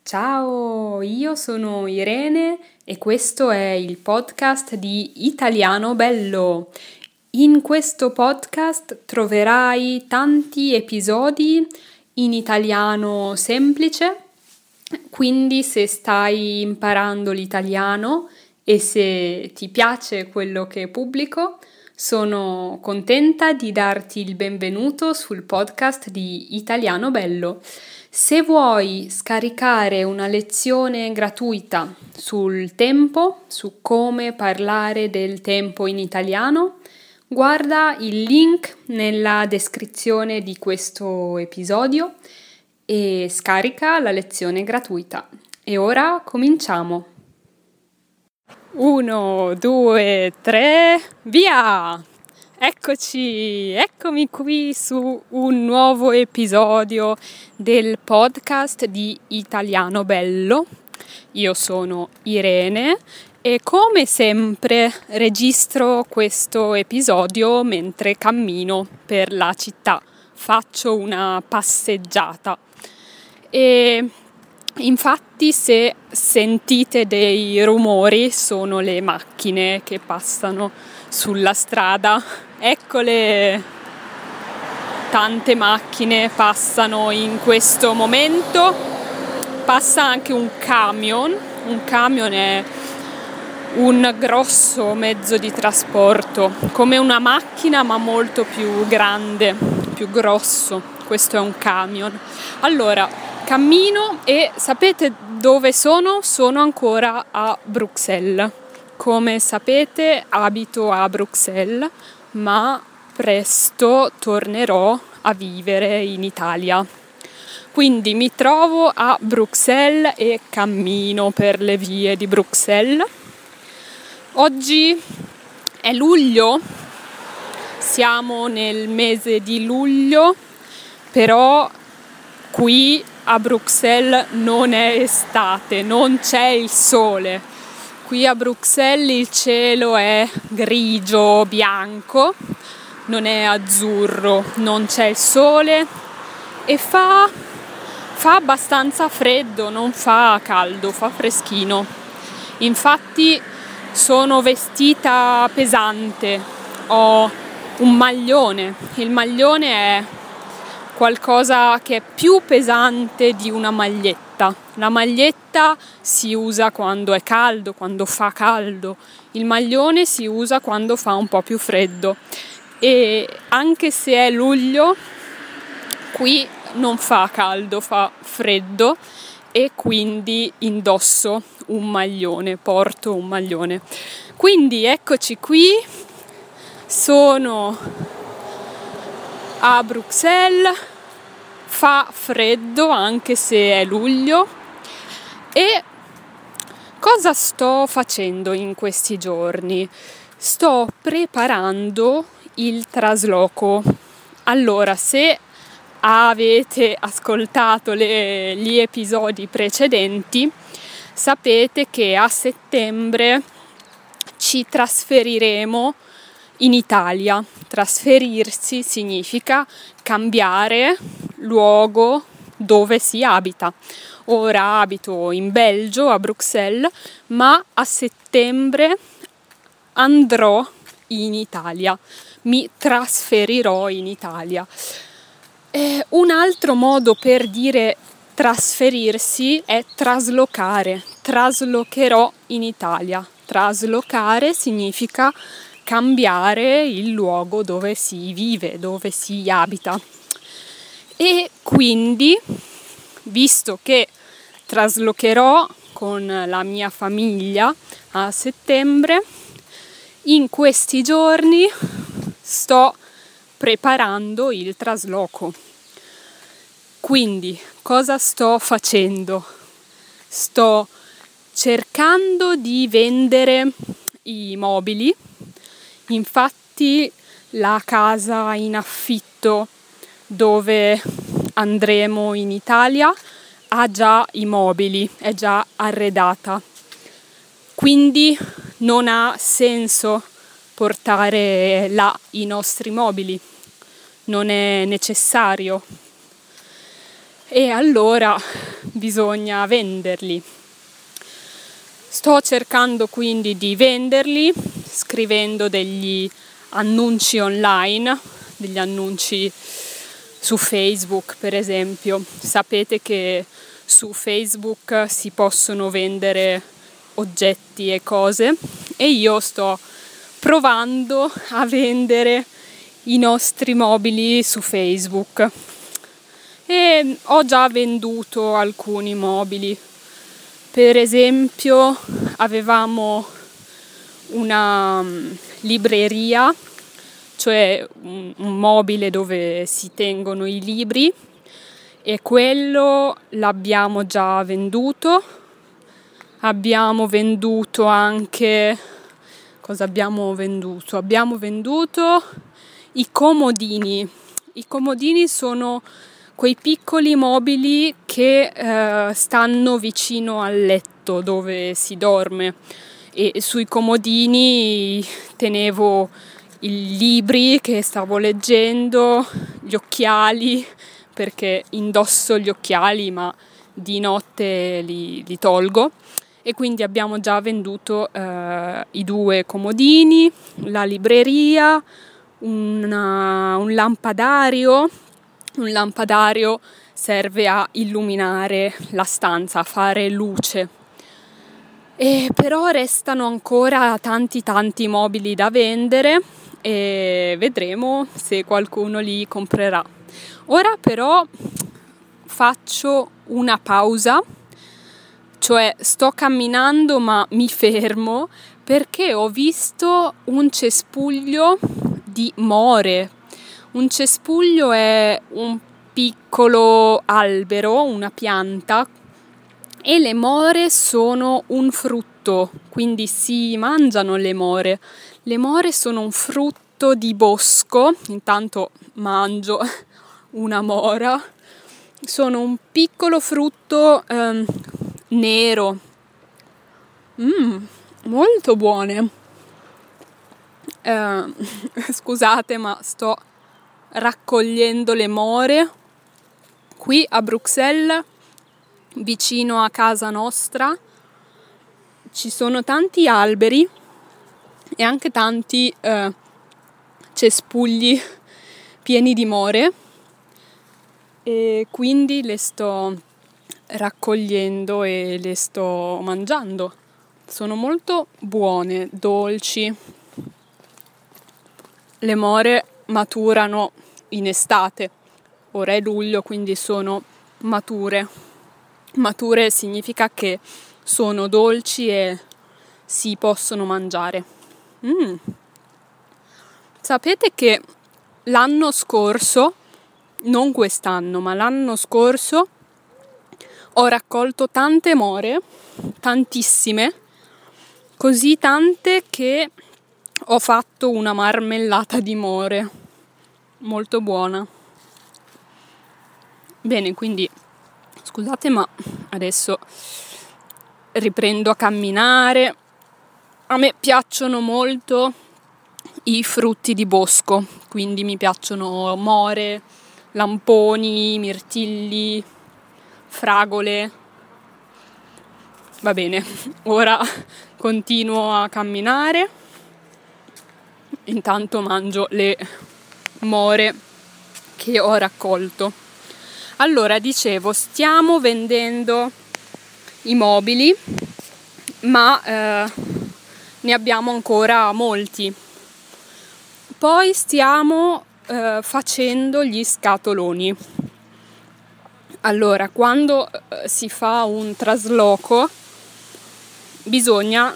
Ciao, io sono Irene e questo è il podcast di Italiano Bello. In questo podcast troverai tanti episodi in italiano semplice, quindi se stai imparando l'italiano e se ti piace quello che pubblico, sono contenta di darti il benvenuto sul podcast di Italiano Bello. Se vuoi scaricare una lezione gratuita sul tempo, su come parlare del tempo in italiano, guarda il link nella descrizione di questo episodio e scarica la lezione gratuita. E ora cominciamo! 1, 2, 3, via! Eccomi qui su un nuovo episodio del podcast di Italiano Bello. Io sono Irene e come sempre registro questo episodio mentre cammino per la città, faccio una passeggiata e infatti se sentite dei rumori sono le macchine che passano sulla strada. Eccole, tante macchine passano in questo momento, passa anche un camion è un grosso mezzo di trasporto, come una macchina ma molto più grande, più grosso, questo è un camion. Allora, cammino e sapete dove sono? Sono ancora a Bruxelles. Come sapete abito a Bruxelles, ma presto tornerò a vivere in Italia. Quindi mi trovo a Bruxelles e cammino per le vie di Bruxelles. Oggi è luglio, siamo nel mese di luglio, però qui a Bruxelles non è estate, non c'è il sole. Qui a Bruxelles il cielo è grigio, bianco, non è azzurro, non c'è il sole e fa abbastanza freddo, non fa caldo, fa freschino. Infatti sono vestita pesante, ho un maglione, il maglione è qualcosa che è più pesante di una maglietta. La maglietta si usa quando è caldo, quando fa caldo. Il maglione si usa quando fa un po' più freddo. E anche se è luglio, qui non fa caldo, fa freddo e quindi indosso un maglione, porto un maglione. Quindi eccoci qui, sono a Bruxelles, fa freddo anche se è luglio. E cosa sto facendo in questi giorni? Sto preparando il trasloco. Allora, se avete ascoltato gli episodi precedenti, sapete che a settembre ci trasferiremo in Italia. Trasferirsi significa cambiare luogo dove si abita. Ora abito in Belgio, a Bruxelles, ma a settembre andrò in Italia, mi trasferirò in Italia. Un altro modo per dire trasferirsi è traslocare. Traslocherò in Italia. Traslocare significa cambiare il luogo dove si vive, dove si abita. E quindi, visto che traslocherò con la mia famiglia a settembre, in questi giorni sto preparando il trasloco. Quindi, cosa sto facendo? Sto cercando di vendere i mobili. Infatti la casa in affitto dove andremo in Italia ha già i mobili, è già arredata. Quindi non ha senso portare là i nostri mobili, non è necessario. E allora bisogna venderli. Sto cercando quindi di venderli scrivendo degli annunci online, degli annunci su Facebook per esempio. Sapete che su Facebook si possono vendere oggetti e cose e io sto provando a vendere i nostri mobili su Facebook e ho già venduto alcuni mobili. Per esempio avevamo una libreria, cioè un mobile dove si tengono i libri, e quello l'abbiamo già venduto. Abbiamo venduto anche... Cosa abbiamo venduto? Abbiamo venduto i comodini. I comodini sono quei piccoli mobili che stanno vicino al letto dove si dorme, e sui comodini tenevo i libri che stavo leggendo, gli occhiali, perché indosso gli occhiali ma di notte li tolgo, e quindi abbiamo già venduto i 2 comodini, la libreria, un lampadario. Un lampadario serve a illuminare la stanza, a fare luce. E però restano ancora tanti mobili da vendere e vedremo se qualcuno li comprerà. Ora però faccio una pausa, cioè sto camminando ma mi fermo perché ho visto un cespuglio di more. Un cespuglio è un piccolo albero, una pianta, e le more sono un frutto, quindi si mangiano le more. Le more sono un frutto di bosco, intanto mangio una mora. Sono un piccolo frutto nero, molto buone. Scusate, ma sto raccogliendo le more qui a Bruxelles, vicino a casa nostra. Ci sono tanti alberi e anche tanti cespugli pieni di more, e quindi le sto raccogliendo e le sto mangiando. Sono molto buone, dolci. Le more maturano in estate, ora è luglio, quindi sono mature. Mature significa che sono dolci e si possono mangiare. Sapete che l'anno scorso, non quest'anno, ma l'anno scorso, ho raccolto tante more, tantissime, così tante che ho fatto una marmellata di more, molto buona. Bene, quindi scusate, ma adesso riprendo a camminare. A me piacciono molto i frutti di bosco, quindi mi piacciono more, lamponi, mirtilli, fragole. Va bene, ora continuo a camminare. Intanto mangio le more che ho raccolto. Allora, dicevo, stiamo vendendo i mobili, ma ne abbiamo ancora molti. Poi stiamo facendo gli scatoloni. Allora, quando si fa un trasloco bisogna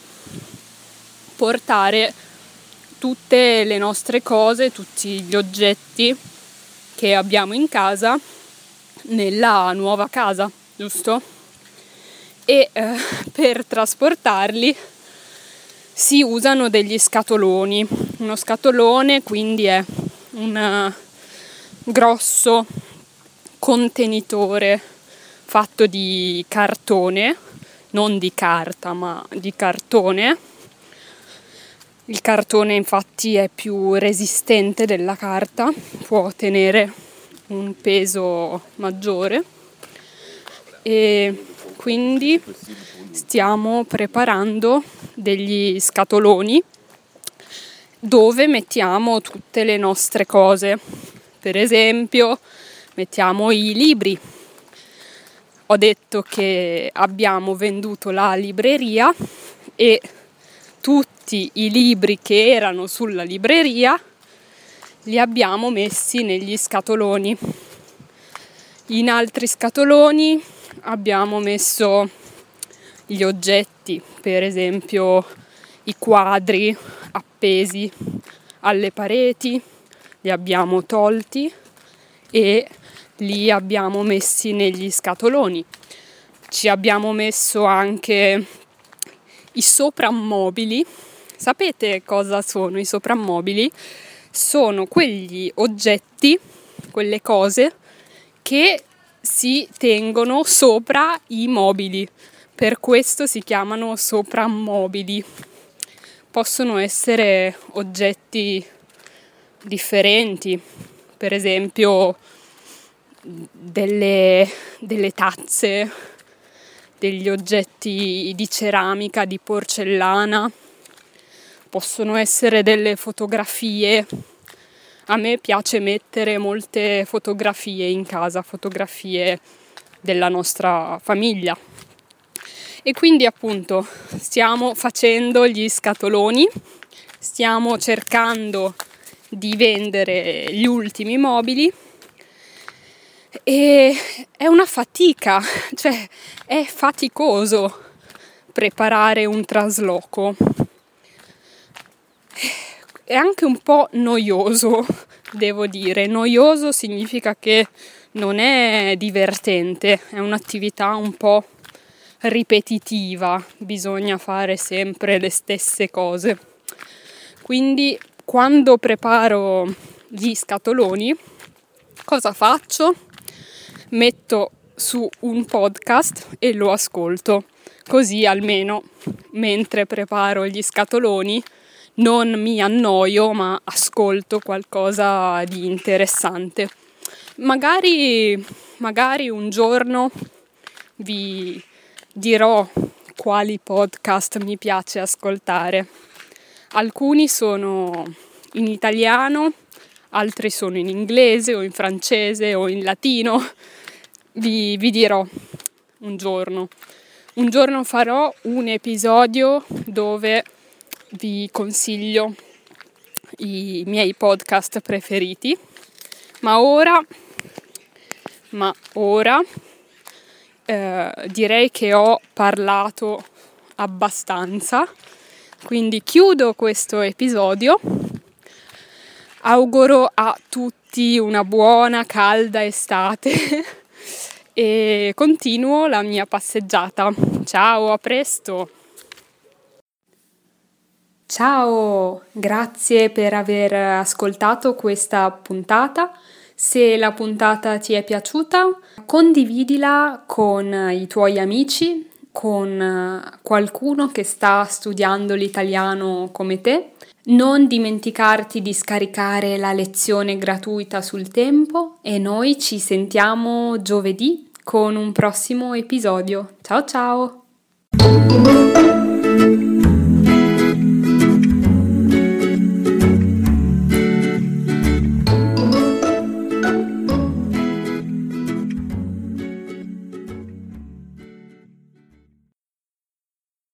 portare tutte le nostre cose, tutti gli oggetti che abbiamo in casa nella nuova casa, giusto? E per trasportarli si usano degli scatoloni. Uno scatolone quindi è un grosso contenitore fatto di cartone, non di carta ma di cartone. Il cartone infatti è più resistente della carta, può tenere un peso maggiore, e quindi stiamo preparando degli scatoloni dove mettiamo tutte le nostre cose. Per esempio, mettiamo i libri. Ho detto che abbiamo venduto la libreria e tutti i libri che erano sulla libreria li abbiamo messi negli scatoloni. In altri scatoloni abbiamo messo gli oggetti, per esempio i quadri appesi alle pareti, li abbiamo tolti e li abbiamo messi negli scatoloni. Ci abbiamo messo anche i soprammobili. Sapete cosa sono i soprammobili? Sono quegli oggetti, quelle cose che si tengono sopra i mobili. Per questo si chiamano soprammobili. Possono essere oggetti differenti, per esempio delle tazze, degli oggetti di ceramica, di porcellana, possono essere delle fotografie. A me piace mettere molte fotografie in casa, fotografie della nostra famiglia. E quindi appunto stiamo facendo gli scatoloni, stiamo cercando di vendere gli ultimi mobili e è una fatica, cioè è faticoso preparare un trasloco. È anche un po' noioso, devo dire. Noioso significa che non è divertente, è un'attività un po' ripetitiva, bisogna fare sempre le stesse cose. Quindi quando preparo gli scatoloni, cosa faccio? Metto su un podcast e lo ascolto, così almeno mentre preparo gli scatoloni non mi annoio, ma ascolto qualcosa di interessante. Magari un giorno vi dirò quali podcast mi piace ascoltare. Alcuni sono in italiano, altri sono in inglese o in francese o in latino. Vi dirò un giorno. Un giorno farò un episodio dove vi consiglio i miei podcast preferiti, ma ora direi che ho parlato abbastanza, quindi chiudo questo episodio. Auguro a tutti una buona, calda estate e continuo la mia passeggiata. Ciao, a presto! Ciao, grazie per aver ascoltato questa puntata. Se la puntata ti è piaciuta, condividila con i tuoi amici, con qualcuno che sta studiando l'italiano come te. Non dimenticarti di scaricare la lezione gratuita sul tempo e noi ci sentiamo giovedì con un prossimo episodio. Ciao ciao!